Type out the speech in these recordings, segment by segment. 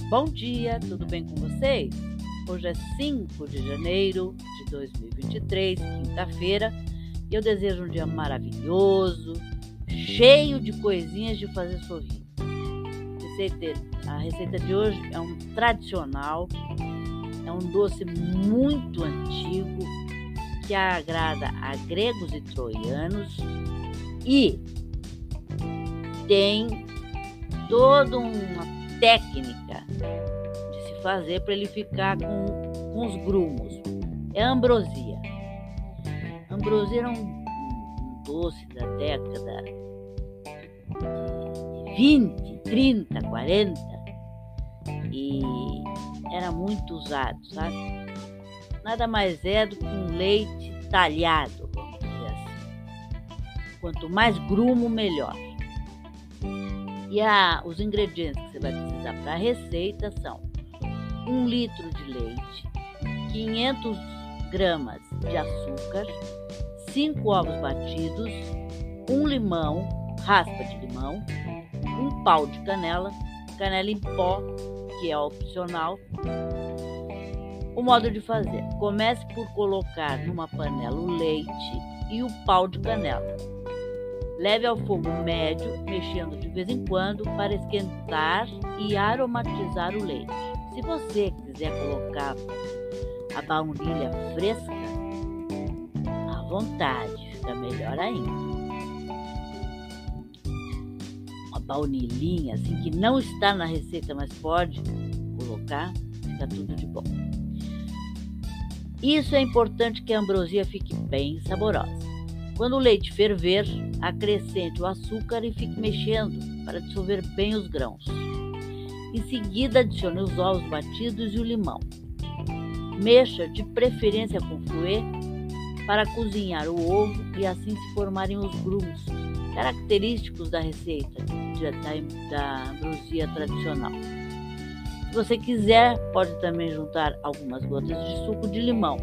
Bom dia, tudo bem com vocês? Hoje é 5 de janeiro de 2023, quinta-feira, e eu desejo um dia maravilhoso, cheio de coisinhas de fazer sorrir. A receita de hoje é um tradicional, é um doce muito antigo que agrada a gregos e troianos e tem toda uma técnica de se fazer para ele ficar com os grumos. É a ambrosia. A ambrosia era um doce da década de 20, 30, 40 e era muito usado, sabe? Nada mais é do que um leite talhado, vamos dizer assim. Quanto mais grumo, melhor. E os ingredientes que você vai precisar para a receita são 1 litro de leite, 500 gramas de açúcar, 5 ovos batidos, 1 limão, raspa de limão, 1 pau de canela em pó, que é opcional. O modo de fazer: comece por colocar numa panela o leite e o pau de canela. Leve ao fogo médio, mexendo de vez em quando para esquentar e aromatizar o leite. Se você quiser colocar a baunilha fresca, à vontade, fica melhor ainda. Uma baunilhinha assim que não está na receita, mas pode colocar, fica tudo de bom. Isso é importante, que a ambrosia fique bem saborosa. Quando o leite ferver, acrescente o açúcar e fique mexendo para dissolver bem os grãos. Em seguida, adicione os ovos batidos e o limão. Mexa, de preferência com fouet, para cozinhar o ovo e assim se formarem os grumos, característicos da receita da ambrosia tradicional. Se você quiser, pode também juntar algumas gotas de suco de limão.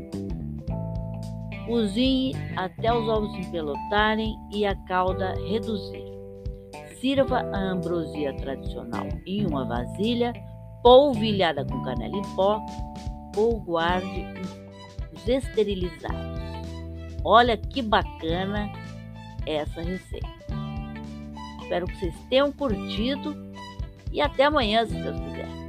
Cozinhe até os ovos se empelotarem e a calda reduzir. Sirva a ambrosia tradicional em uma vasilha polvilhada com canela em pó ou guarde os esterilizados. Olha que bacana essa receita. Espero que vocês tenham curtido e até amanhã, se Deus quiser.